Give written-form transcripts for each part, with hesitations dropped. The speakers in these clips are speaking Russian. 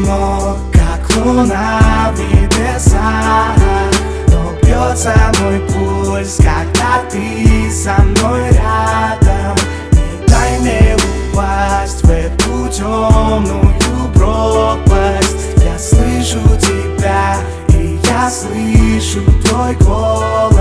одинок, как луна в небесах. Но бьется мой пульс, когда ты со мной рядом. Не дай мне упасть в эту темную пропасть. Я слышу тебя, и я слышу твой голос.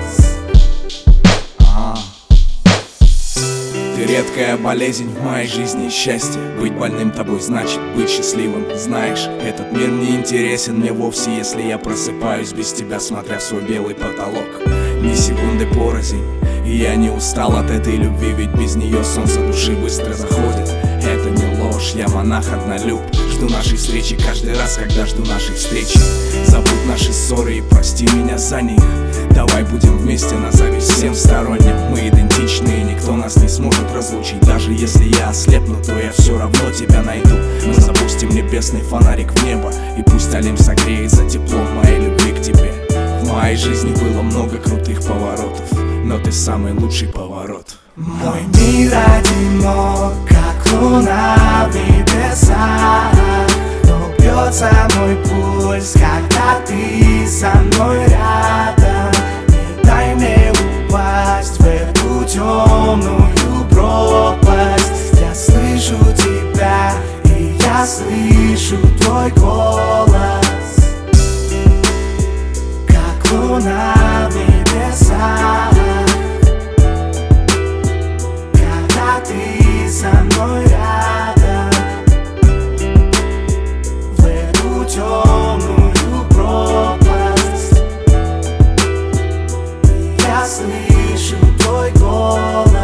Ты редкая болезнь в моей жизни, счастье. Быть больным тобой значит быть счастливым. Знаешь, этот мир не интересен мне вовсе, если я просыпаюсь без тебя, смотря в свой белый потолок. Ни секунды порознь, и я не устал от этой любви, ведь без нее солнце души быстро заходит. Это не ложь, я монах-однолюб. Жду нашей встречи каждый раз, когда жду нашей встречи. Забудь наши ссоры и прости меня за них. Давай будем вместе на зависть всем сторонним. Мы идентичны, и никто нас не сможет разлучить. Даже если я ослепну, то я все равно тебя найду. Мы запустим небесный фонарик в небо, и пусть Олимп согреется теплом моей любви к тебе. В моей жизни было много крутых поворотов, но ты самый лучший поворот. Мой мир одинок, как луна в небесах. Но бьется мой пульс, когда ты со мной рядом. Не дай мне упасть в эту темную пропасть. Я слышу тебя, и я слышу твой голос. Как луна в небесах. Ты со мной рядом, в эту темную пропасть. Я слышу твой голос.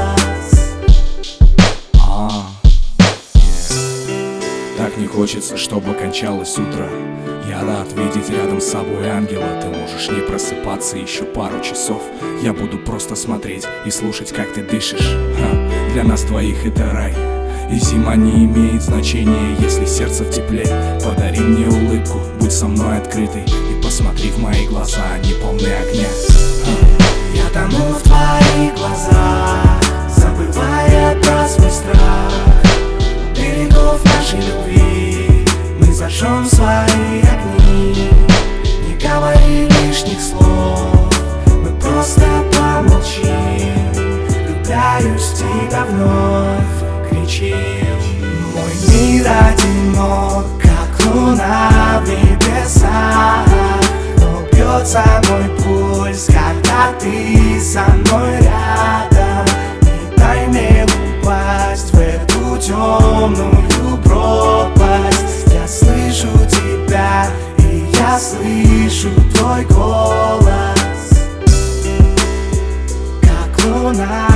Так не хочется, чтобы кончалось утро. Я рад видеть рядом с собой ангела. Ты можешь не просыпаться еще пару часов. Я буду просто смотреть и слушать, как ты дышишь. Для нас двоих это рай. И зима не имеет значения, если сердце в тепле. Подари мне улыбку, будь со мной открытой, и посмотри в мои глаза, они полны огня. Я тону в твоих глазах, забывая про свой страх. У берегов нашей любви мы зажжем свои огни. Не говори лишних слов, мы просто помолчим. Влюбляюсь в тебя вновь, кричим. Мой мир одинок, как луна в небесах. Но бьется мой пульс, когда ты со мной рядом. Не дай мне упасть в эту темную пропасть. Я слышу тебя, и я слышу твой голос. Как луна